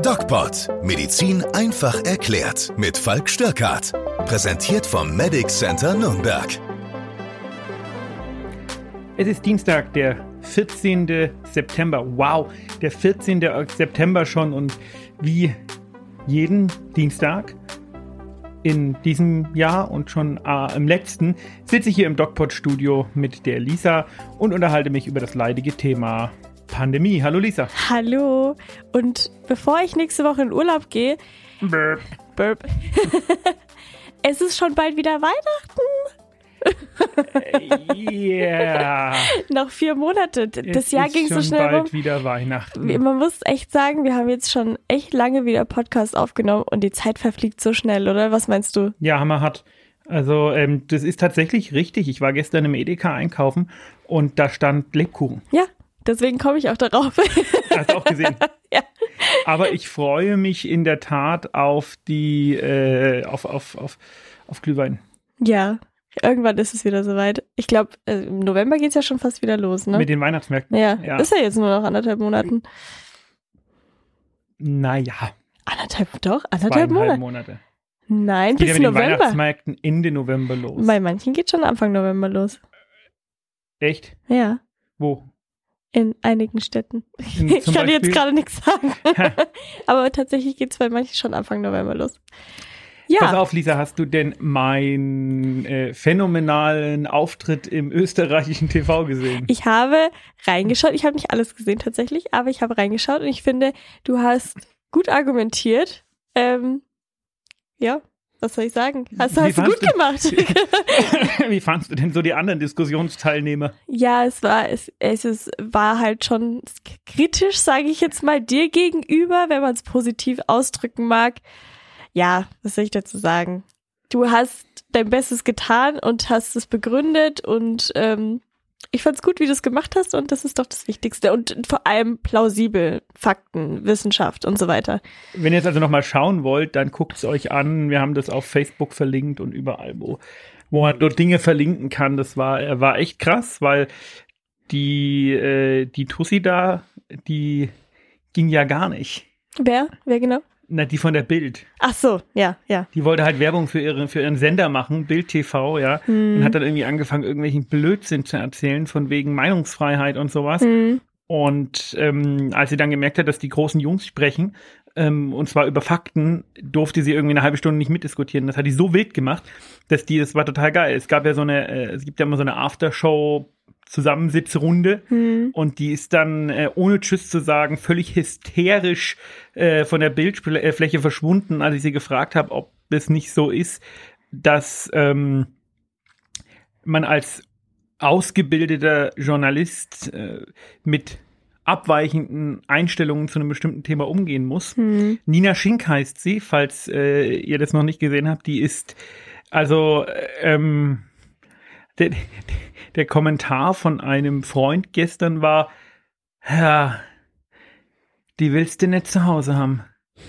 DocPod. Medizin einfach erklärt. Mit Falk Störkart. Präsentiert vom Medic Center Nürnberg. Es ist Dienstag, der 14. September. Wow, der 14. September schon. Und wie jeden Dienstag in diesem Jahr und schon im letzten sitze ich hier im DocPod-Studio mit der Lisa und unterhalte mich über das leidige Thema Pandemie. Hallo Lisa. Hallo. Und bevor ich nächste Woche in Urlaub gehe, Burp. Es ist schon bald wieder Weihnachten. Yeah. Noch 4 Monate. Das Jahr ging so schnell rum. Bald wieder Weihnachten. Man muss echt sagen, wir haben jetzt schon echt lange wieder Podcast aufgenommen und die Zeit verfliegt so schnell, oder? Was meinst du? Ja, hammerhart. Also das ist tatsächlich richtig. Ich war gestern im Edeka einkaufen und da stand Lebkuchen. Ja, deswegen komme ich auch darauf. Hast du auch gesehen? Ja. Aber ich freue mich in der Tat auf die auf Glühwein. Ja, irgendwann ist es wieder soweit. Ich glaube, im November geht es ja schon fast wieder los, ne? Mit den Weihnachtsmärkten. Ja, ist ja jetzt nur noch 1,5 Monaten. Naja. Anderthalb Monate. Nein, bis mit den November. Weihnachtsmärkten Ende November los. Bei manchen geht schon Anfang November los. Echt? Ja. Wo? In einigen Städten. Ich kann jetzt gerade nichts sagen. Aber tatsächlich geht es bei manchen schon Anfang November los. Ja. Pass auf, Lisa, hast du denn meinen phänomenalen Auftritt im österreichischen TV gesehen? Ich habe reingeschaut. Ich habe nicht alles gesehen tatsächlich, aber ich habe reingeschaut und ich finde, du hast gut argumentiert. Ja, was soll ich sagen? Hast du gut gemacht. Wie fandst du denn so die anderen Diskussionsteilnehmer? Ja, es war halt schon kritisch, sage ich jetzt mal, dir gegenüber, wenn man es positiv ausdrücken mag. Ja, was soll ich dazu sagen? Du hast dein Bestes getan und hast es begründet und ich fand's gut, wie du es gemacht hast und das ist doch das Wichtigste und vor allem plausibel, Fakten, Wissenschaft und so weiter. Wenn ihr jetzt also nochmal schauen wollt, dann guckt es euch an. Wir haben das auf Facebook verlinkt und überall, wo man dort Dinge verlinken kann. Das war echt krass, weil die Tussi da, die ging ja gar nicht. Wer genau? Na, die von der Bild. Ach so, ja. Die wollte halt Werbung für ihren Sender machen, Bild TV, ja. Und hat dann irgendwie angefangen, irgendwelchen Blödsinn zu erzählen, von wegen Meinungsfreiheit und sowas. Und als sie dann gemerkt hat, dass die großen Jungs sprechen, und zwar über Fakten, durfte sie irgendwie eine halbe Stunde nicht mitdiskutieren. Das hat die so wild gemacht, das war total geil. Es gibt ja immer so eine Aftershow Zusammensitzrunde und die ist dann, ohne Tschüss zu sagen, völlig hysterisch von der Bildfläche verschwunden, als ich sie gefragt habe, ob es nicht so ist, dass man als ausgebildeter Journalist mit abweichenden Einstellungen zu einem bestimmten Thema umgehen muss. Nina Schink heißt sie, falls ihr das noch nicht gesehen habt, die ist der Kommentar von einem Freund gestern war, ja, die willst du nicht zu Hause haben.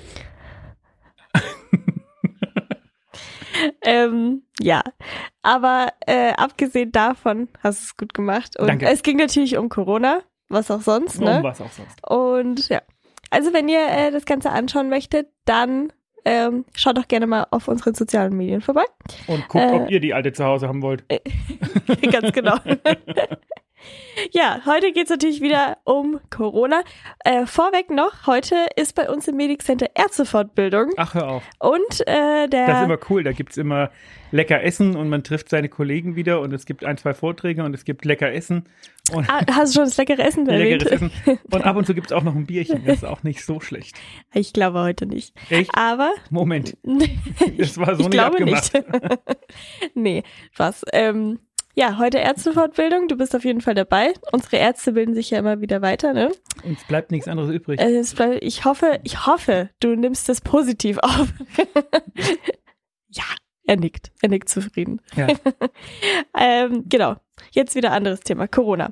Ja, aber abgesehen davon hast du es gut gemacht. Und Danke. Es ging natürlich um Corona, was auch sonst, ne? Um was auch sonst. Und ja, also wenn ihr das Ganze anschauen möchtet, dann schaut doch gerne mal auf unseren sozialen Medien vorbei. Und guckt, ob ihr die Alte zu Hause haben wollt. Ganz genau. Ja, heute geht es natürlich wieder um Corona. Vorweg noch, heute ist bei uns im Medic Center Ärztefortbildung. Ach, hör auf. Und Das ist immer cool, da gibt's immer lecker Essen und man trifft seine Kollegen wieder und es gibt 1, 2 Vorträge und es gibt lecker Essen. Und hast du schon das leckere Essen erwähnt? Leckeres Essen. Und ab und zu gibt's auch noch ein Bierchen, das ist auch nicht so schlecht. Ich glaube heute nicht. Echt? Aber Moment, das war so ich nicht glaube abgemacht. Nicht. Nee, was? Ja, heute Ärztefortbildung, du bist auf jeden Fall dabei. Unsere Ärzte bilden sich ja immer wieder weiter, ne? Uns bleibt nichts anderes übrig. Ich hoffe, du nimmst das positiv auf. Ja, er nickt zufrieden. Ja. Genau, jetzt wieder anderes Thema, Corona.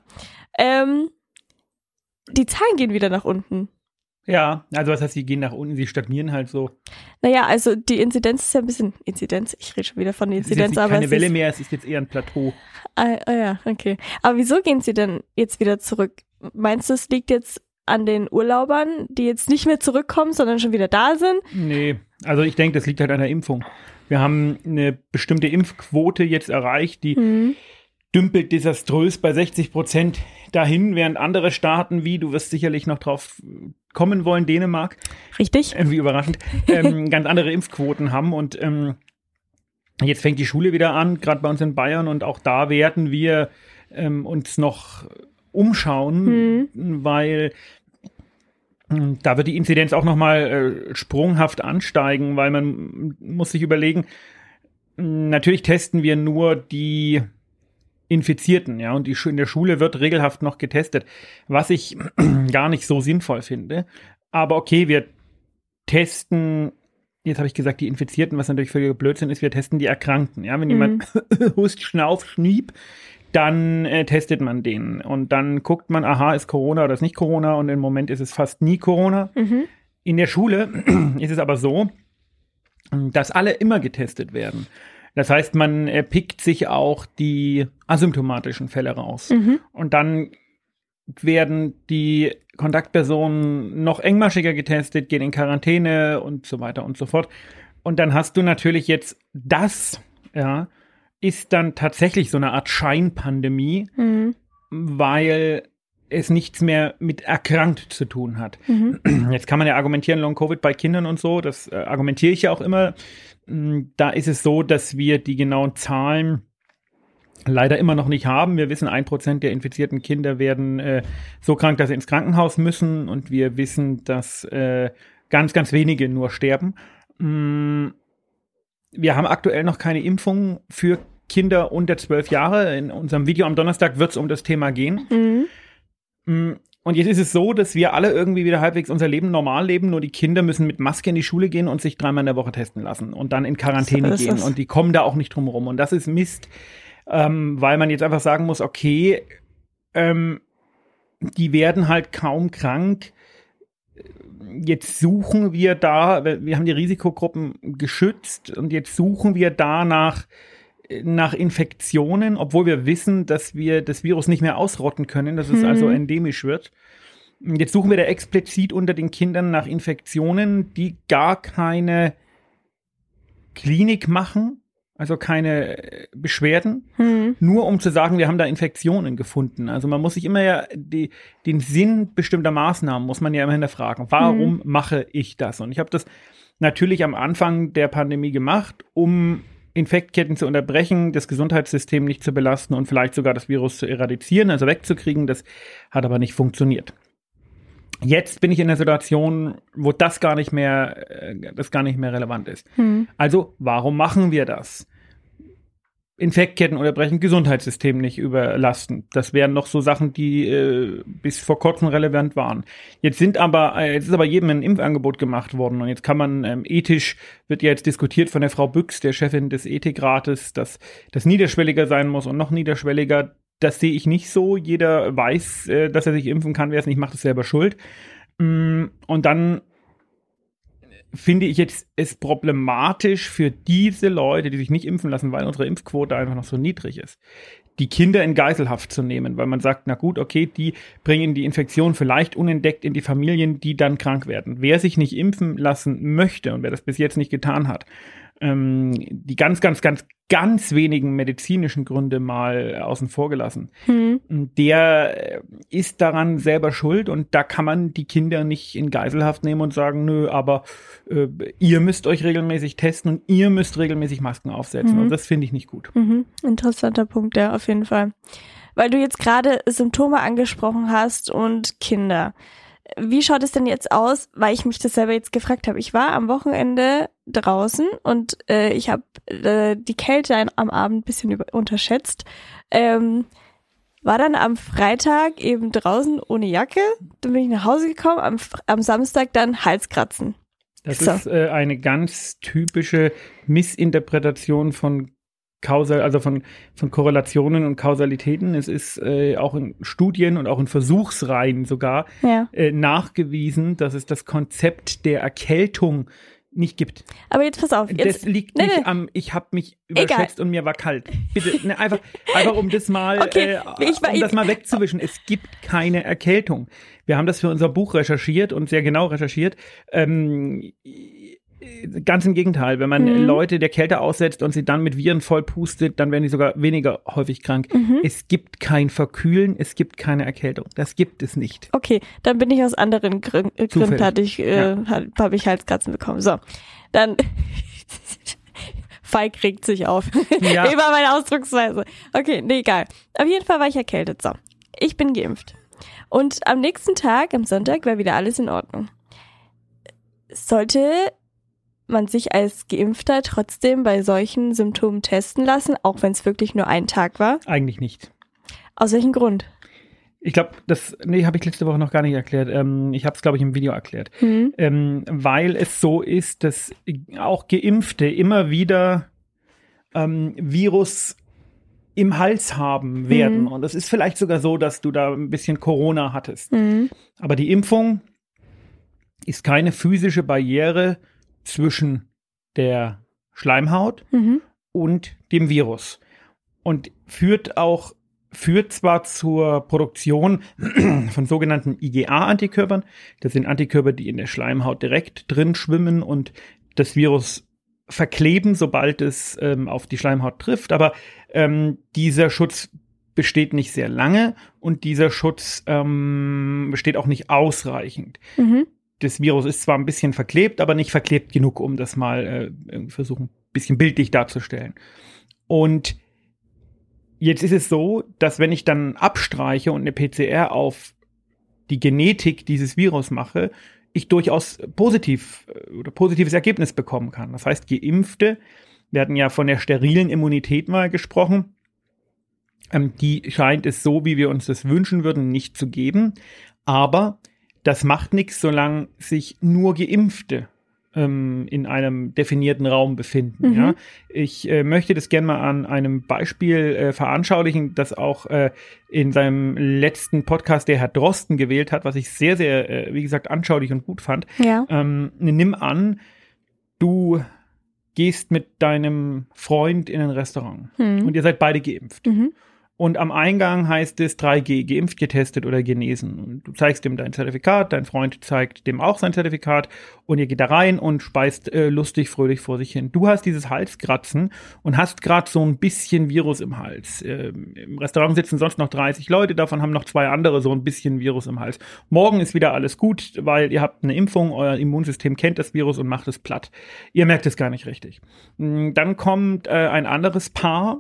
Die Zahlen gehen wieder nach unten. Ja, also was heißt, sie gehen nach unten, sie stagnieren halt so. Naja, also die Inzidenz ist ja ein bisschen, ich rede schon wieder von der Inzidenz, es ist jetzt keine Welle mehr, es ist jetzt eher ein Plateau. Ja, okay. Aber wieso gehen sie denn jetzt wieder zurück? Meinst du, es liegt jetzt an den Urlaubern, die jetzt nicht mehr zurückkommen, sondern schon wieder da sind? Nee, also ich denke, das liegt halt an der Impfung. Wir haben eine bestimmte Impfquote jetzt erreicht, die dümpelt desaströs bei 60% dahin, während andere Staaten, wie du wirst sicherlich noch drauf kommen wollen, Dänemark. Richtig. Wie überraschend, ganz andere Impfquoten haben und jetzt fängt die Schule wieder an, gerade bei uns in Bayern und auch da werden wir uns noch umschauen, weil da wird die Inzidenz auch nochmal sprunghaft ansteigen, weil man muss sich überlegen, natürlich testen wir nur die Infizierten, ja, und in der Schule wird regelhaft noch getestet, was ich gar nicht so sinnvoll finde. Aber okay, wir testen, jetzt habe ich gesagt, die Infizierten, was natürlich völliger Blödsinn ist, wir testen die Erkrankten, ja, wenn jemand hust, schnauf, schniep, dann testet man den und dann guckt man, aha, ist Corona oder ist nicht Corona und im Moment ist es fast nie Corona. In der Schule ist es aber so, dass alle immer getestet werden. Das heißt, man pickt sich auch die asymptomatischen Fälle raus. Und dann werden die Kontaktpersonen noch engmaschiger getestet, gehen in Quarantäne und so weiter und so fort. Und dann hast du natürlich jetzt das, ja, ist dann tatsächlich so eine Art Scheinpandemie, weil es nichts mehr mit erkrankt zu tun hat. Jetzt kann man ja argumentieren, Long-Covid bei Kindern und so, das argumentiere ich ja auch immer. Da ist es so, dass wir die genauen Zahlen leider immer noch nicht haben. Wir wissen, 1% der infizierten Kinder werden so krank, dass sie ins Krankenhaus müssen und wir wissen, dass ganz, ganz wenige nur sterben. Wir haben aktuell noch keine Impfung für Kinder unter 12 Jahre. In unserem Video am Donnerstag wird es um das Thema gehen. Und jetzt ist es so, dass wir alle irgendwie wieder halbwegs unser Leben normal leben, nur die Kinder müssen mit Maske in die Schule gehen und sich 3-mal in der Woche testen lassen und dann in Quarantäne gehen. Und die kommen da auch nicht drum rum. Und das ist Mist, weil man jetzt einfach sagen muss, okay, die werden halt kaum krank. Jetzt suchen wir da, wir haben die Risikogruppen geschützt und jetzt suchen wir da nach Infektionen, obwohl wir wissen, dass wir das Virus nicht mehr ausrotten können, dass es also endemisch wird. Jetzt suchen wir da explizit unter den Kindern nach Infektionen, die gar keine Klinik machen, also keine Beschwerden, nur um zu sagen, wir haben da Infektionen gefunden. Also man muss sich immer ja den Sinn bestimmter Maßnahmen muss man ja immer hinterfragen. Warum mache ich das? Und ich habe das natürlich am Anfang der Pandemie gemacht, um Infektketten zu unterbrechen, das Gesundheitssystem nicht zu belasten und vielleicht sogar das Virus zu eradizieren, also wegzukriegen. Das hat aber nicht funktioniert. Jetzt bin ich in der Situation, wo das gar nicht mehr relevant ist. Also, warum machen wir das? Infektketten unterbrechen, Gesundheitssystem nicht überlasten. Das wären noch so Sachen, die bis vor kurzem relevant waren. Jetzt ist aber jedem ein Impfangebot gemacht worden und jetzt kann man ethisch, wird ja jetzt diskutiert von der Frau Büchs, der Chefin des Ethikrates, dass das niederschwelliger sein muss und noch niederschwelliger. Das sehe ich nicht so. Jeder weiß, dass er sich impfen kann. Wer es nicht macht, ist selber schuld. Und dann finde ich jetzt es problematisch für diese Leute, die sich nicht impfen lassen, weil unsere Impfquote einfach noch so niedrig ist, die Kinder in Geiselhaft zu nehmen, weil man sagt, na gut, okay, die bringen die Infektion vielleicht unentdeckt in die Familien, die dann krank werden. Wer sich nicht impfen lassen möchte und wer das bis jetzt nicht getan hat, die ganz, ganz, ganz, ganz wenigen medizinischen Gründe mal außen vor gelassen. Der ist daran selber schuld und da kann man die Kinder nicht in Geiselhaft nehmen und sagen, nö, aber ihr müsst euch regelmäßig testen und ihr müsst regelmäßig Masken aufsetzen. Und das finde ich nicht gut. Interessanter Punkt, ja, auf jeden Fall. Weil du jetzt gerade Symptome angesprochen hast und Kinder. Wie schaut es denn jetzt aus, weil ich mich das selber jetzt gefragt habe. Ich war am Wochenende draußen und ich habe die Kälte am Abend ein bisschen unterschätzt. War dann am Freitag eben draußen ohne Jacke. Dann bin ich nach Hause gekommen, am Samstag dann Halskratzen. Das ist eine ganz typische Missinterpretation von von Korrelationen und Kausalitäten. Es ist auch in Studien und auch in Versuchsreihen sogar nachgewiesen, dass es das Konzept der Erkältung nicht gibt. Aber jetzt pass auf. Jetzt, das liegt nicht am, ich habe mich überschätzt und mir war kalt. Bitte, ne, einfach um das mal, okay, das mal wegzuwischen. Es gibt keine Erkältung. Wir haben das für unser Buch recherchiert und sehr genau recherchiert. Ganz im Gegenteil, wenn man Leute der Kälte aussetzt und sie dann mit Viren vollpustet, dann werden die sogar weniger häufig krank. Es gibt kein Verkühlen, es gibt keine Erkältung. Das gibt es nicht. Okay, dann bin ich aus anderen Gründen, habe ich Halskratzen bekommen. So, dann Falk regt sich auf. Ja. Über meine Ausdrucksweise. Okay, nee, egal. Auf jeden Fall war ich erkältet. So, ich bin geimpft. Und am nächsten Tag, am Sonntag, war wieder alles in Ordnung. Sollte man sich als Geimpfter trotzdem bei solchen Symptomen testen lassen, auch wenn es wirklich nur ein Tag war? Eigentlich nicht. Aus welchem Grund? Ich glaube, habe ich letzte Woche noch gar nicht erklärt. Ich habe es, glaube ich, im Video erklärt. Weil es so ist, dass auch Geimpfte immer wieder Virus im Hals haben werden. Und es ist vielleicht sogar so, dass du da ein bisschen Corona hattest. Aber die Impfung ist keine physische Barriere zwischen der Schleimhaut und dem Virus. Und führt zwar zur Produktion von sogenannten IgA-Antikörpern. Das sind Antikörper, die in der Schleimhaut direkt drin schwimmen und das Virus verkleben, sobald es auf die Schleimhaut trifft. Aber dieser Schutz besteht nicht sehr lange und dieser Schutz besteht auch nicht ausreichend. Das Virus ist zwar ein bisschen verklebt, aber nicht verklebt genug, um das mal versuchen, ein bisschen bildlich darzustellen. Und jetzt ist es so, dass wenn ich dann abstreiche und eine PCR auf die Genetik dieses Virus mache, ich durchaus positives Ergebnis bekommen kann. Das heißt, Geimpfte, wir hatten ja von der sterilen Immunität mal gesprochen, die scheint es so, wie wir uns das wünschen würden, nicht zu geben. Aber das macht nichts, solange sich nur Geimpfte in einem definierten Raum befinden. Ja? Ich möchte das gerne mal an einem Beispiel veranschaulichen, das auch in seinem letzten Podcast der Herr Drosten gewählt hat, was ich sehr, sehr, wie gesagt, anschaulich und gut fand. Ja. Nimm an, du gehst mit deinem Freund in ein Restaurant und ihr seid beide geimpft. Und am Eingang heißt es 3G, geimpft, getestet oder genesen. Und du zeigst ihm dein Zertifikat, dein Freund zeigt dem auch sein Zertifikat und ihr geht da rein und speist lustig, fröhlich vor sich hin. Du hast dieses Halskratzen und hast gerade so ein bisschen Virus im Hals. Im Restaurant sitzen sonst noch 30 Leute, davon haben noch 2 andere so ein bisschen Virus im Hals. Morgen ist wieder alles gut, weil ihr habt eine Impfung, euer Immunsystem kennt das Virus und macht es platt. Ihr merkt es gar nicht richtig. Dann kommt ein anderes Paar.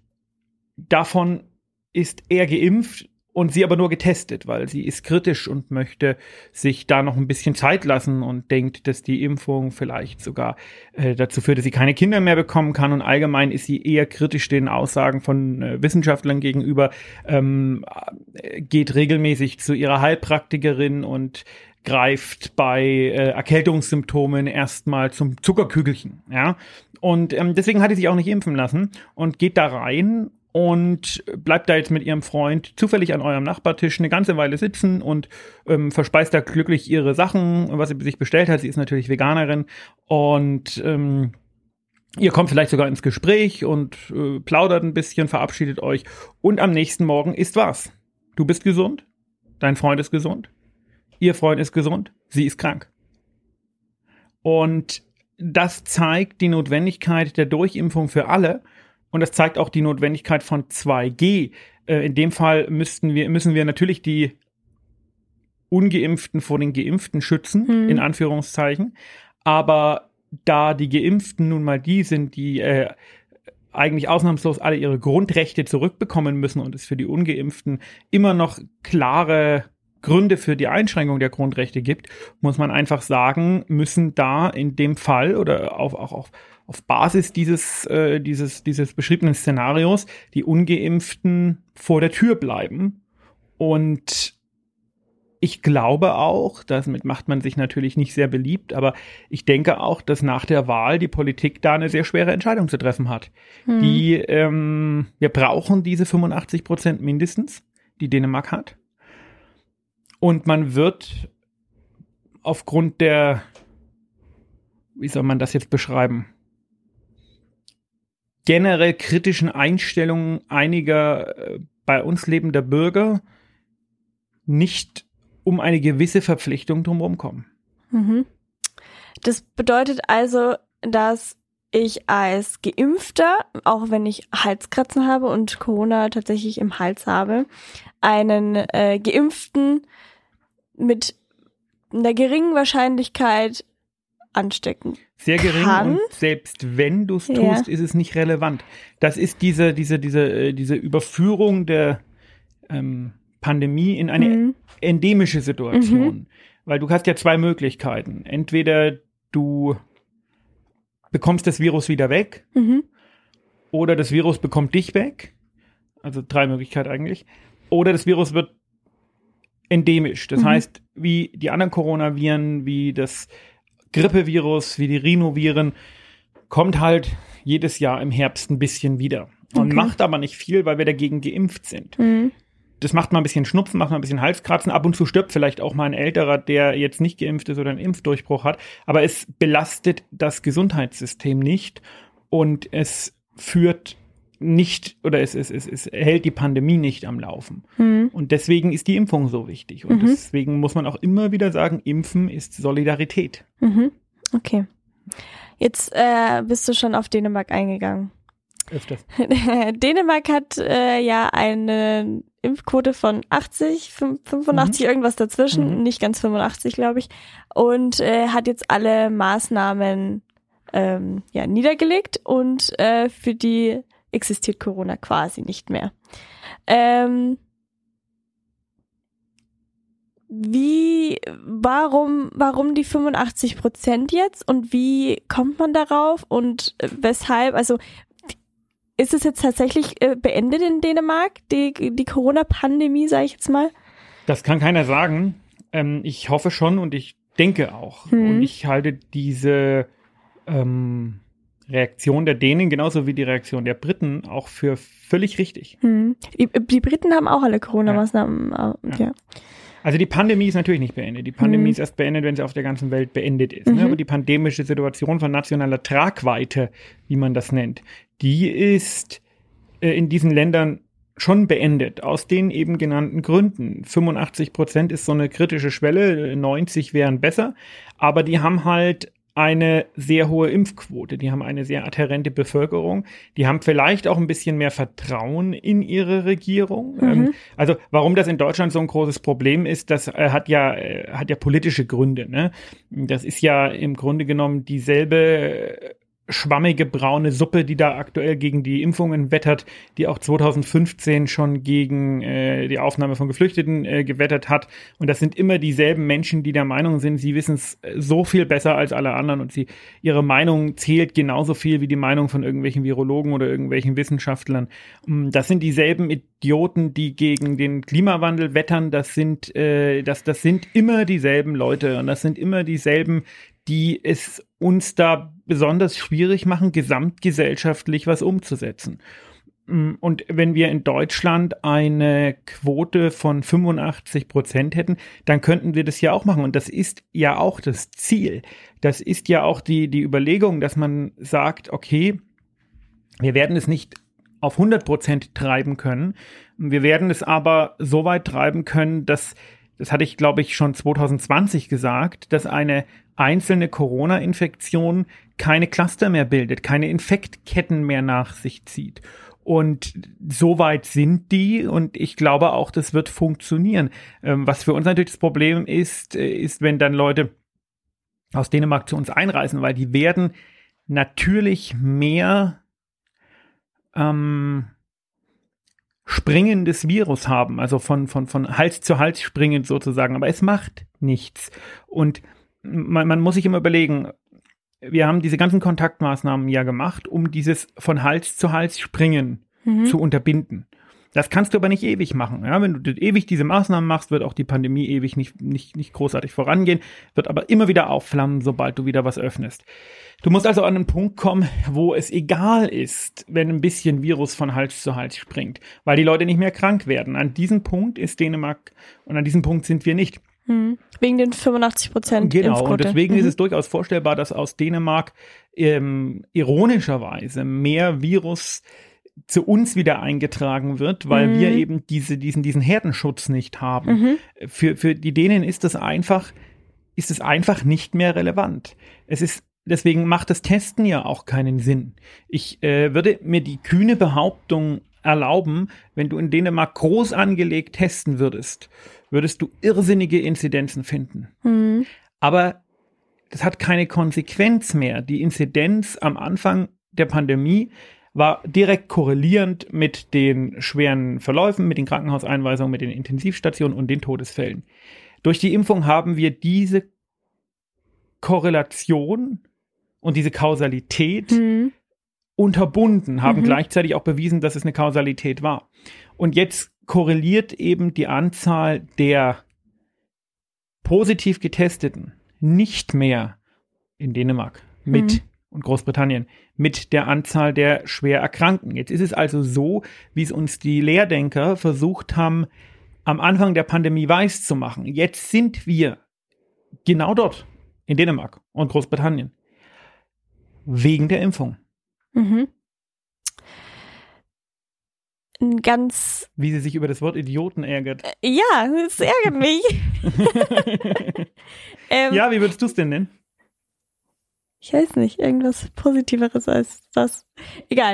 Davon ist er geimpft und sie aber nur getestet, weil sie ist kritisch und möchte sich da noch ein bisschen Zeit lassen und denkt, dass die Impfung vielleicht sogar dazu führt, dass sie keine Kinder mehr bekommen kann. Und allgemein ist sie eher kritisch den Aussagen von Wissenschaftlern gegenüber, geht regelmäßig zu ihrer Heilpraktikerin und greift bei Erkältungssymptomen erstmal zum Zuckerkügelchen. Ja? Und deswegen hat sie sich auch nicht impfen lassen und geht da rein und bleibt da jetzt mit ihrem Freund zufällig an eurem Nachbartisch eine ganze Weile sitzen und verspeist da glücklich ihre Sachen, was sie sich bestellt hat. Sie ist natürlich Veganerin und ihr kommt vielleicht sogar ins Gespräch und plaudert ein bisschen, verabschiedet euch und am nächsten Morgen ist was? Du bist gesund, dein Freund ist gesund, ihr Freund ist gesund, sie ist krank. Und das zeigt die Notwendigkeit der Durchimpfung für alle. Und das zeigt auch die Notwendigkeit von 2G. In dem Fall müssen wir natürlich die Ungeimpften vor den Geimpften schützen, in Anführungszeichen. Aber da die Geimpften nun mal die sind, die eigentlich ausnahmslos alle ihre Grundrechte zurückbekommen müssen und es für die Ungeimpften immer noch klare Gründe für die Einschränkung der Grundrechte gibt, muss man einfach sagen, müssen da in dem Fall oder auf Basis dieses beschriebenen Szenarios die Ungeimpften vor der Tür bleiben. Und ich glaube auch, damit macht man sich natürlich nicht sehr beliebt, aber ich denke auch, dass nach der Wahl die Politik da eine sehr schwere Entscheidung zu treffen hat. Wir brauchen diese 85% mindestens, die Dänemark hat. Und man wird aufgrund der wie soll man das jetzt beschreiben? Generell kritischen Einstellungen einiger bei uns lebender Bürger nicht um eine gewisse Verpflichtung drumherum kommen. Mhm. Das bedeutet also, dass ich als Geimpfter, auch wenn ich Halskratzen habe und Corona tatsächlich im Hals habe, einen Geimpften mit einer geringen Wahrscheinlichkeit anstecken sehr gering kann. Und selbst wenn du es tust, ist es nicht relevant. Das ist diese Überführung der Pandemie in eine endemische Situation. Weil du hast ja zwei Möglichkeiten. Entweder du bekommst das Virus wieder weg oder das Virus bekommt dich weg. Also 3 Möglichkeiten eigentlich. Oder das Virus wird endemisch. Das heißt, wie die anderen Coronaviren, wie das Grippevirus, wie die Rhinoviren, kommt halt jedes Jahr im Herbst ein bisschen wieder. Und macht aber nicht viel, weil wir dagegen geimpft sind. Das macht mal ein bisschen Schnupfen, macht mal ein bisschen Halskratzen. Ab und zu stirbt vielleicht auch mal ein Älterer, der jetzt nicht geimpft ist oder einen Impfdurchbruch hat. Aber es belastet das Gesundheitssystem nicht und es führt nicht oder es hält die Pandemie nicht am Laufen. Und deswegen ist die Impfung so wichtig. Und deswegen muss man auch immer wieder sagen, Impfen ist Solidarität. Okay. Jetzt bist du schon auf Dänemark eingegangen. Öfters. Dänemark hat ja eine Impfquote von 80, 85, irgendwas dazwischen, nicht ganz 85, glaube ich, und hat jetzt alle Maßnahmen niedergelegt und für die existiert Corona quasi nicht mehr. Warum die 85% jetzt und wie kommt man darauf und weshalb, also ist es jetzt tatsächlich beendet in Dänemark, die Corona-Pandemie, sage ich jetzt mal? Das kann keiner sagen. Ich hoffe schon und ich denke auch. Und ich halte diese Reaktion der Dänen genauso wie die Reaktion der Briten auch für völlig richtig. Die Briten haben auch alle Corona-Maßnahmen. Ja. Also die Pandemie ist natürlich nicht beendet. Die Pandemie ist erst beendet, wenn sie auf der ganzen Welt beendet ist. Ne? Aber die pandemische Situation von nationaler Tragweite, wie man das nennt, die ist in diesen Ländern schon beendet, aus den eben genannten Gründen. 85% ist so eine kritische Schwelle, 90 wären besser, aber die haben halt eine sehr hohe Impfquote, die haben eine sehr adhärente Bevölkerung, die haben vielleicht auch ein bisschen mehr Vertrauen in ihre Regierung. Also warum das in Deutschland so ein großes Problem ist, das hat ja politische Gründe. Ne? Das ist ja im Grunde genommen dieselbe schwammige braune Suppe, die da aktuell gegen die Impfungen wettert, die auch 2015 schon gegen die Aufnahme von Geflüchteten gewettert hat. Und das sind immer dieselben Menschen, die der Meinung sind, sie wissen es so viel besser als alle anderen und ihre Meinung zählt genauso viel wie die Meinung von irgendwelchen Virologen oder irgendwelchen Wissenschaftlern. Das sind dieselben Idioten, die gegen den Klimawandel wettern. Das sind immer dieselben Leute und das sind immer dieselben, die es uns da besonders schwierig machen, gesamtgesellschaftlich was umzusetzen. Und wenn wir in Deutschland eine Quote von 85% hätten, dann könnten wir das ja auch machen. Und das ist ja auch das Ziel. Das ist ja auch die Überlegung, dass man sagt, okay, wir werden es nicht auf 100% treiben können. Wir werden es aber so weit treiben können, dass, das hatte ich, glaube ich, schon 2020 gesagt, dass eine einzelne Corona-Infektion keine Cluster mehr bildet, keine Infektketten mehr nach sich zieht. Und so weit sind die und ich glaube auch, das wird funktionieren. Was für uns natürlich das Problem ist, wenn dann Leute aus Dänemark zu uns einreisen, weil die werden natürlich mehr springendes Virus haben, also von Hals zu Hals springend sozusagen, aber es macht nichts. Und man muss sich immer überlegen, wir haben diese ganzen Kontaktmaßnahmen ja gemacht, um dieses von Hals zu Hals springen zu unterbinden. Das kannst du aber nicht ewig machen. Ja? Wenn du ewig diese Maßnahmen machst, wird auch die Pandemie ewig nicht großartig vorangehen, wird aber immer wieder aufflammen, sobald du wieder was öffnest. Du musst also an einen Punkt kommen, wo es egal ist, wenn ein bisschen Virus von Hals zu Hals springt, weil die Leute nicht mehr krank werden. An diesem Punkt ist Dänemark und an diesem Punkt sind wir nicht. Wegen den 85% Genau, Impfquote. und deswegen ist es durchaus vorstellbar, dass aus Dänemark ironischerweise mehr Virus zu uns wieder eingetragen wird, weil wir eben diesen Herdenschutz nicht haben. Für die Dänen ist es einfach nicht mehr relevant. Deswegen macht das Testen ja auch keinen Sinn. Ich würde mir die kühne Behauptung erlauben, wenn du in Dänemark groß angelegt testen würdest du irrsinnige Inzidenzen finden. Aber das hat keine Konsequenz mehr. Die Inzidenz am Anfang der Pandemie war direkt korrelierend mit den schweren Verläufen, mit den Krankenhauseinweisungen, mit den Intensivstationen und den Todesfällen. Durch die Impfung haben wir diese Korrelation und diese Kausalität unterbunden, haben gleichzeitig auch bewiesen, dass es eine Kausalität war. Und jetzt korreliert eben die Anzahl der positiv Getesteten nicht mehr in Dänemark und Großbritannien mit der Anzahl der schwer Erkrankten. Jetzt ist es also so, wie es uns die Lehrdenker versucht haben, am Anfang der Pandemie weiß zu machen. Jetzt sind wir genau dort, in Dänemark und Großbritannien, wegen der Impfung. Wie sie sich über das Wort Idioten ärgert. Ja, es ärgert mich. Ja, wie würdest du es denn nennen? Ich weiß nicht, irgendwas Positiveres als das. Egal.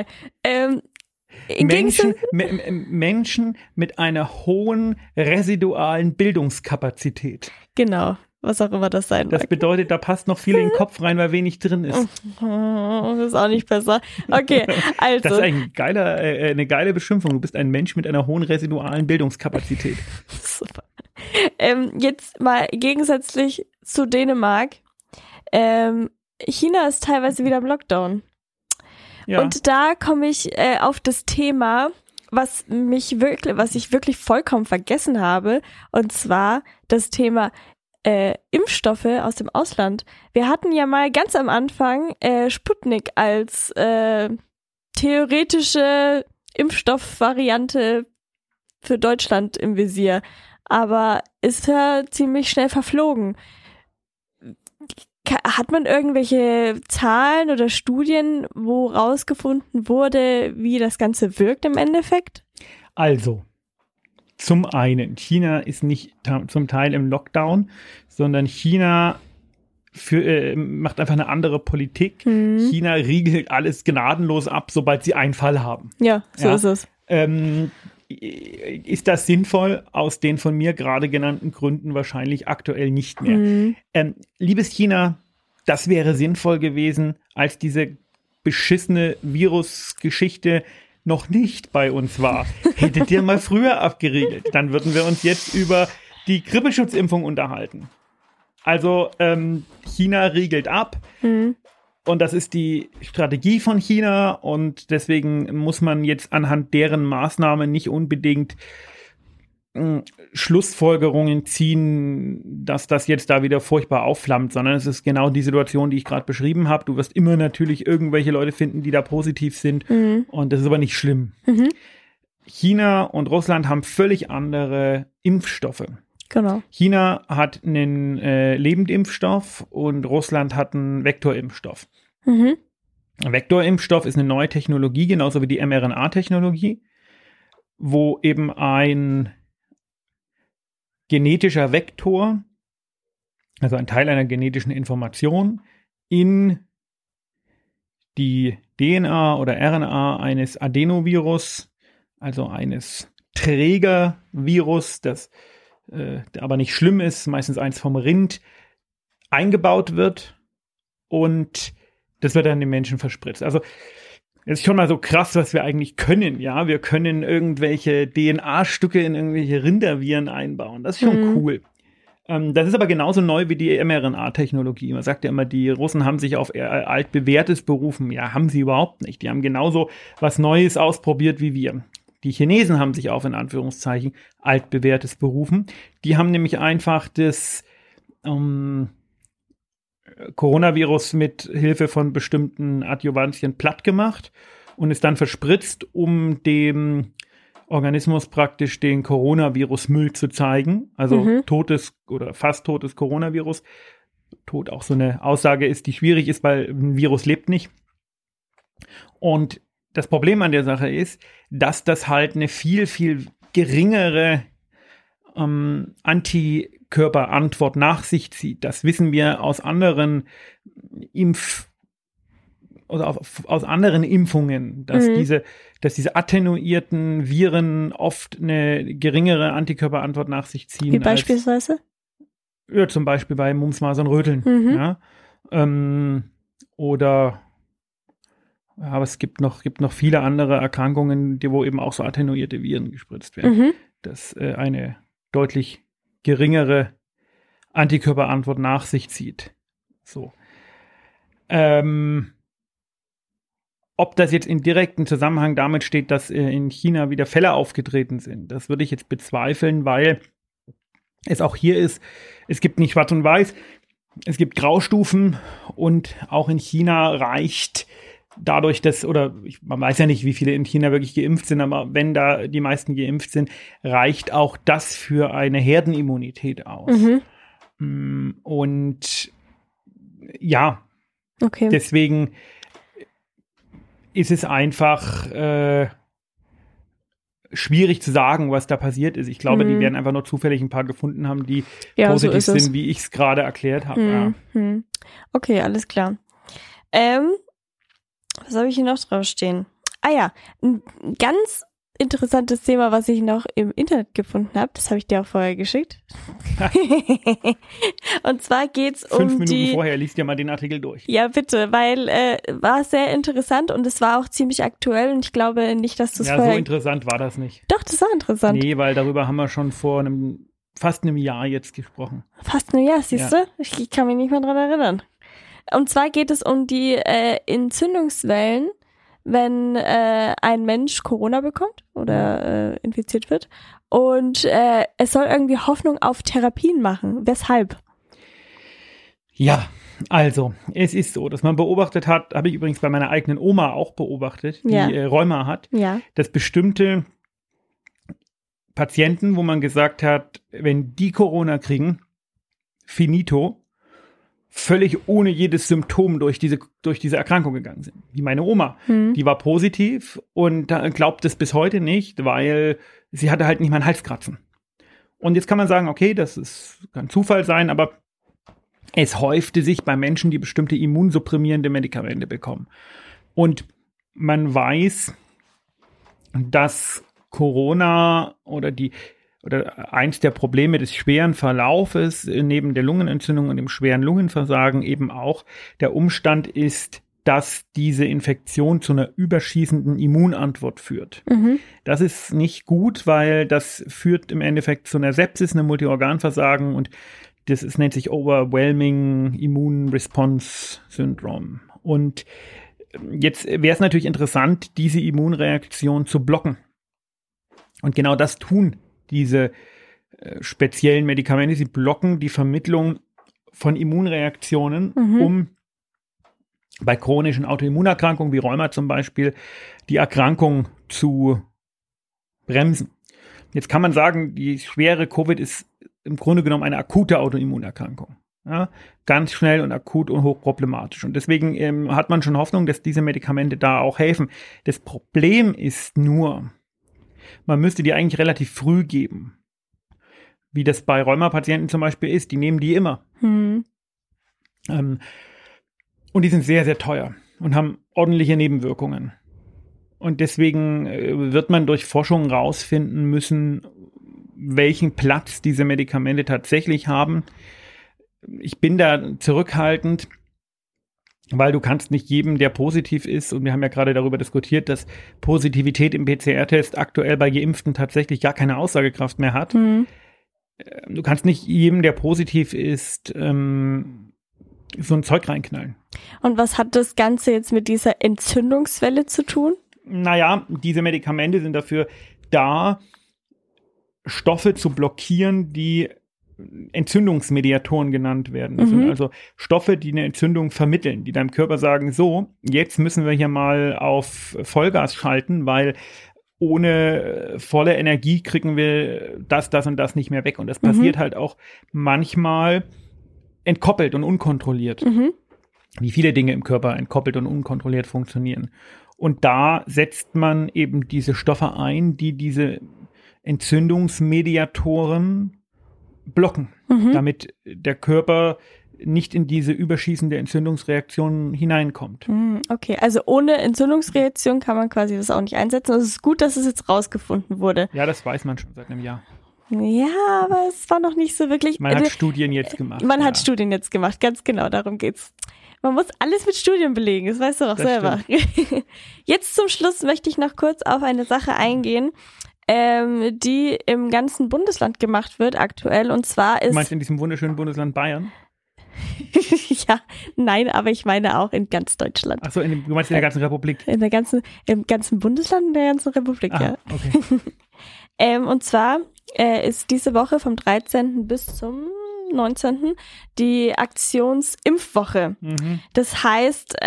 Menschen mit einer hohen residualen Bildungskapazität. Genau, was auch immer das sein mag. Das bedeutet, da passt noch viel in den Kopf rein, weil wenig drin ist. Das ist auch nicht besser. Okay, also. Das ist eigentlich eine geile Beschimpfung. Du bist ein Mensch mit einer hohen residualen Bildungskapazität. Super. Jetzt mal gegensätzlich zu Dänemark. China ist teilweise wieder im Lockdown. Ja. Und da komme ich auf das Thema, was ich wirklich vollkommen vergessen habe, und zwar das Thema Impfstoffe aus dem Ausland. Wir hatten ja mal ganz am Anfang Sputnik als theoretische Impfstoffvariante für Deutschland im Visier, aber ist ja ziemlich schnell verflogen. Hat man irgendwelche Zahlen oder Studien, wo rausgefunden wurde, wie das Ganze wirkt im Endeffekt? Also, zum einen, China ist nicht zum Teil im Lockdown, sondern China macht einfach eine andere Politik. China riegelt alles gnadenlos ab, sobald sie einen Fall haben. Ja, so ist es. Ist das sinnvoll? Aus den von mir gerade genannten Gründen wahrscheinlich aktuell nicht mehr. Liebes China, das wäre sinnvoll gewesen, als diese beschissene Virusgeschichte noch nicht bei uns war. Hättet ihr mal früher abgeriegelt, dann würden wir uns jetzt über die Grippeschutzimpfung unterhalten. Also China riegelt ab. Und das ist die Strategie von China, und deswegen muss man jetzt anhand deren Maßnahmen nicht unbedingt Schlussfolgerungen ziehen, dass das jetzt da wieder furchtbar aufflammt, sondern es ist genau die Situation, die ich gerade beschrieben habe. Du wirst immer natürlich irgendwelche Leute finden, die da positiv sind, und das ist aber nicht schlimm. China und Russland haben völlig andere Impfstoffe. Genau. China hat einen Lebendimpfstoff und Russland hat einen Vektorimpfstoff. Ein Vektorimpfstoff ist eine neue Technologie, genauso wie die mRNA-Technologie, wo eben ein genetischer Vektor, also ein Teil einer genetischen Information, in die DNA oder RNA eines Adenovirus, also eines Trägervirus, das aber nicht schlimm ist, meistens eins vom Rind, eingebaut wird, und das wird dann den Menschen verspritzt. Also es ist schon mal so krass, was wir eigentlich können. Ja, wir können irgendwelche DNA-Stücke in irgendwelche Rinderviren einbauen. Das ist schon cool. Das ist aber genauso neu wie die mRNA-Technologie. Man sagt ja immer, die Russen haben sich auf altbewährtes berufen. Ja, haben sie überhaupt nicht. Die haben genauso was Neues ausprobiert wie wir. Die Chinesen haben sich auf, in Anführungszeichen, altbewährtes berufen. Die haben nämlich einfach das Coronavirus mit Hilfe von bestimmten Adjuvantien platt gemacht und ist dann verspritzt, um dem Organismus praktisch den Coronavirus-Müll zu zeigen, also totes oder fast totes Coronavirus. Tot auch so eine Aussage ist, die schwierig ist, weil ein Virus lebt nicht. Und das Problem an der Sache ist, dass das halt eine viel, viel geringere Antikörperantwort nach sich zieht. Das wissen wir aus anderen aus anderen Impfungen, dass diese attenuierten Viren oft eine geringere Antikörperantwort nach sich ziehen. Wie beispielsweise? Ja, zum Beispiel bei Mumps, Masern, Röteln. Ja? Aber es gibt noch viele andere Erkrankungen, wo eben auch so attenuierte Viren gespritzt werden. Das eine deutlich geringere Antikörperantwort nach sich zieht. So. Ob das jetzt in direkten Zusammenhang damit steht, dass in China wieder Fälle aufgetreten sind, das würde ich jetzt bezweifeln, weil es auch hier ist, es gibt nicht schwarz und weiß, es gibt Graustufen und auch in China reicht dadurch, man weiß ja nicht, wie viele in China wirklich geimpft sind, aber wenn da die meisten geimpft sind, reicht auch das für eine Herdenimmunität aus. Und ja, okay. Deswegen ist es einfach schwierig zu sagen, was da passiert ist. Ich glaube, die werden einfach nur zufällig ein paar gefunden haben, die positiv sind, wie ich es gerade erklärt habe. Okay, alles klar. Was habe ich hier noch drauf stehen? Ah ja, ein ganz interessantes Thema, was ich noch im Internet gefunden habe. Das habe ich dir auch vorher geschickt. Und zwar geht's um 5 Minuten vorher, liest dir mal den Artikel durch. Ja, bitte, weil war sehr interessant und es war auch ziemlich aktuell und ich glaube nicht, dass du es vorher... Ja, so interessant war das nicht. Doch, das war interessant. Nee, weil darüber haben wir schon vor fast einem Jahr jetzt gesprochen. Fast einem Jahr, siehst du? Ich kann mich nicht mehr dran erinnern. Und zwar geht es um die Entzündungswellen, wenn ein Mensch Corona bekommt oder infiziert wird. Und es soll irgendwie Hoffnung auf Therapien machen. Weshalb? Ja, also es ist so, dass man beobachtet hat, habe ich übrigens bei meiner eigenen Oma auch beobachtet, die Rheuma hat, dass bestimmte Patienten, wo man gesagt hat, wenn die Corona kriegen, finito, völlig ohne jedes Symptom durch diese Erkrankung gegangen sind. Wie meine Oma. Die war positiv und glaubt es bis heute nicht, weil sie hatte halt nicht mal einen Halskratzen. Und jetzt kann man sagen, okay, kann Zufall sein, aber es häufte sich bei Menschen, die bestimmte immunsupprimierende Medikamente bekommen. Und man weiß, dass Corona oder eins der Probleme des schweren Verlaufes neben der Lungenentzündung und dem schweren Lungenversagen eben auch der Umstand ist, dass diese Infektion zu einer überschießenden Immunantwort führt. Das ist nicht gut, weil das führt im Endeffekt zu einer Sepsis, einem Multiorganversagen und das nennt sich Overwhelming Immune Response Syndrome. Und jetzt wäre es natürlich interessant, diese Immunreaktion zu blocken. Und genau das tun diese speziellen Medikamente. Sie blocken die Vermittlung von Immunreaktionen, um bei chronischen Autoimmunerkrankungen wie Rheuma zum Beispiel die Erkrankung zu bremsen. Jetzt kann man sagen, die schwere Covid ist im Grunde genommen eine akute Autoimmunerkrankung. Ja, ganz schnell und akut und hochproblematisch. Und deswegen hat man schon Hoffnung, dass diese Medikamente da auch helfen. Das Problem ist nur, man müsste die eigentlich relativ früh geben. Wie das bei Rheuma-Patienten zum Beispiel ist. Die nehmen die immer. Und die sind sehr, sehr teuer und haben ordentliche Nebenwirkungen. Und deswegen wird man durch Forschung rausfinden müssen, welchen Platz diese Medikamente tatsächlich haben. Ich bin da zurückhaltend, weil du kannst nicht jedem, der positiv ist, und wir haben ja gerade darüber diskutiert, dass Positivität im PCR-Test aktuell bei Geimpften tatsächlich gar keine Aussagekraft mehr hat. Du kannst nicht jedem, der positiv ist, so ein Zeug reinknallen. Und was hat das Ganze jetzt mit dieser Entzündungswelle zu tun? Naja, diese Medikamente sind dafür da, Stoffe zu blockieren, die Entzündungsmediatoren genannt werden. Das sind also Stoffe, die eine Entzündung vermitteln, die deinem Körper sagen, so, jetzt müssen wir hier mal auf Vollgas schalten, weil ohne volle Energie kriegen wir das und das nicht mehr weg. Und das passiert halt auch manchmal entkoppelt und unkontrolliert. Wie viele Dinge im Körper entkoppelt und unkontrolliert funktionieren. Und da setzt man eben diese Stoffe ein, die diese Entzündungsmediatoren blocken, damit der Körper nicht in diese überschießende Entzündungsreaktion hineinkommt. Okay, also ohne Entzündungsreaktion kann man quasi das auch nicht einsetzen. Also es ist gut, dass es jetzt rausgefunden wurde. Ja, das weiß man schon seit einem Jahr. Ja, aber es war noch nicht so wirklich. Man hat Studien jetzt gemacht. Man hat Studien jetzt gemacht, ganz genau, darum geht's. Man muss alles mit Studien belegen, das weißt du auch selber. Jetzt zum Schluss möchte ich noch kurz auf eine Sache eingehen, die im ganzen Bundesland gemacht wird aktuell, und zwar ist... Du meinst in diesem wunderschönen Bundesland Bayern? Ja, nein, aber ich meine auch in ganz Deutschland. Ach so, du meinst in der ganzen Republik? Im ganzen Bundesland, in der ganzen Republik, ja. Okay. Und zwar ist diese Woche vom 13. bis zum 19. die Aktionsimpfwoche. Das heißt,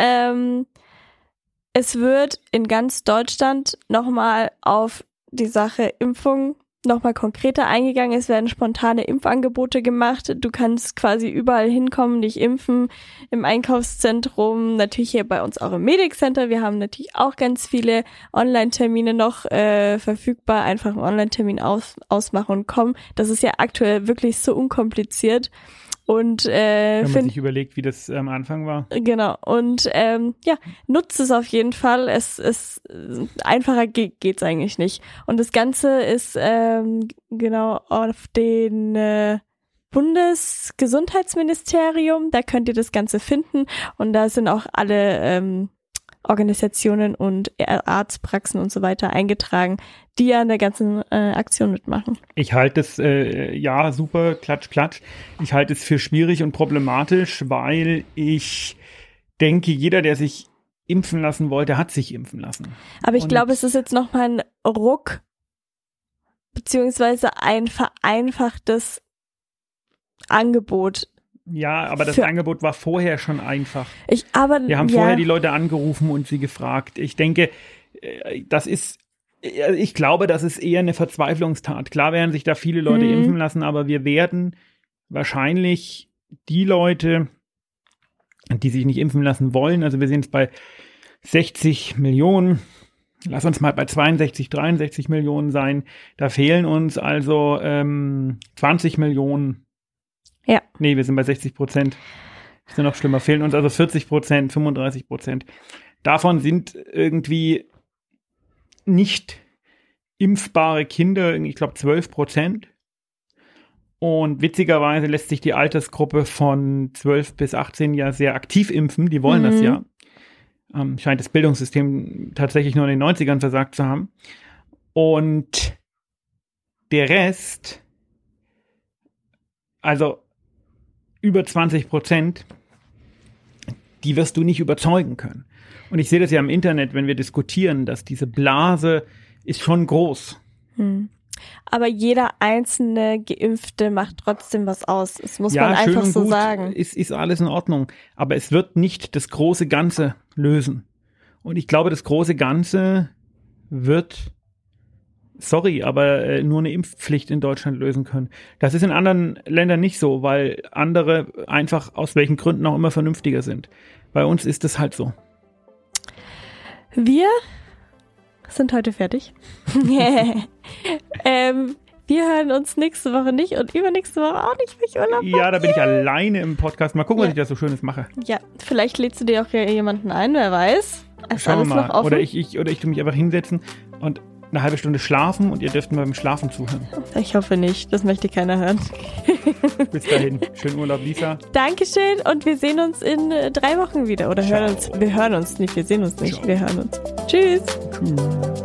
es wird in ganz Deutschland nochmal auf die Sache Impfung nochmal konkreter eingegangen. Es werden spontane Impfangebote gemacht. Du kannst quasi überall hinkommen, dich impfen, im Einkaufszentrum, natürlich hier bei uns auch im Medic Center. Wir haben natürlich auch ganz viele Online-Termine noch verfügbar. Einfach einen Online-Termin ausmachen und kommen. Das ist ja aktuell wirklich so unkompliziert. Und wenn man sich überlegt, wie das am Anfang war. Genau. Und nutzt es auf jeden Fall. Es ist einfacher geht's eigentlich nicht. Und das Ganze ist genau auf den Bundesgesundheitsministerium. Da könnt ihr das Ganze finden. Und da sind auch alle Organisationen und Arztpraxen und so weiter eingetragen, die an der ganzen Aktion mitmachen. Ich halte es, super, klatsch. Ich halte es für schwierig und problematisch, weil ich denke, jeder, der sich impfen lassen wollte, hat sich impfen lassen. Aber ich glaube, es ist jetzt nochmal ein Ruck, beziehungsweise ein vereinfachtes Angebot. Ja, aber das Angebot war vorher schon einfach. Wir haben vorher die Leute angerufen und sie gefragt. Ich denke, ich glaube, das ist eher eine Verzweiflungstat. Klar werden sich da viele Leute impfen lassen, aber wir werden wahrscheinlich die Leute, die sich nicht impfen lassen wollen, also wir sind jetzt bei 60 Millionen, lass uns mal bei 62, 63 Millionen sein, da fehlen uns also 20 Millionen. Ja. Nee, wir sind bei 60%. Das ist ja noch schlimmer. Fehlen uns also 40%, 35%. Davon sind irgendwie nicht impfbare Kinder, ich glaube 12%. Und witzigerweise lässt sich die Altersgruppe von 12 bis 18 ja sehr aktiv impfen. Die wollen das ja. Scheint das Bildungssystem tatsächlich nur in den 90ern versagt zu haben. Und der Rest, also über 20%, die wirst du nicht überzeugen können. Und ich sehe das ja im Internet, wenn wir diskutieren, dass diese Blase ist schon groß. Aber jeder einzelne Geimpfte macht trotzdem was aus. Das muss man einfach so sagen. Ist alles in Ordnung. Aber es wird nicht das große Ganze lösen. Und ich glaube, das große Ganze wird, aber nur eine Impfpflicht in Deutschland lösen können. Das ist in anderen Ländern nicht so, weil andere einfach aus welchen Gründen auch immer vernünftiger sind. Bei uns ist es halt so. Wir sind heute fertig. Wir hören uns nächste Woche nicht und übernächste Woche auch nicht, weil ich Urlaub habe. Ja, da bin ich alleine im Podcast. Mal gucken, was ich da so Schönes mache. Ja, vielleicht lädst du dir auch jemanden ein, wer weiß. Schauen wir mal. Oder ich tue mich einfach hinsetzen und eine halbe Stunde schlafen und ihr dürft mir beim Schlafen zuhören. Ich hoffe nicht, das möchte keiner hören. Bis dahin, schönen Urlaub, Lisa. Dankeschön und wir sehen uns in 3 Wochen wieder. Oder wir hören uns nicht, wir sehen uns nicht, wir hören uns. Tschüss. Tschüss.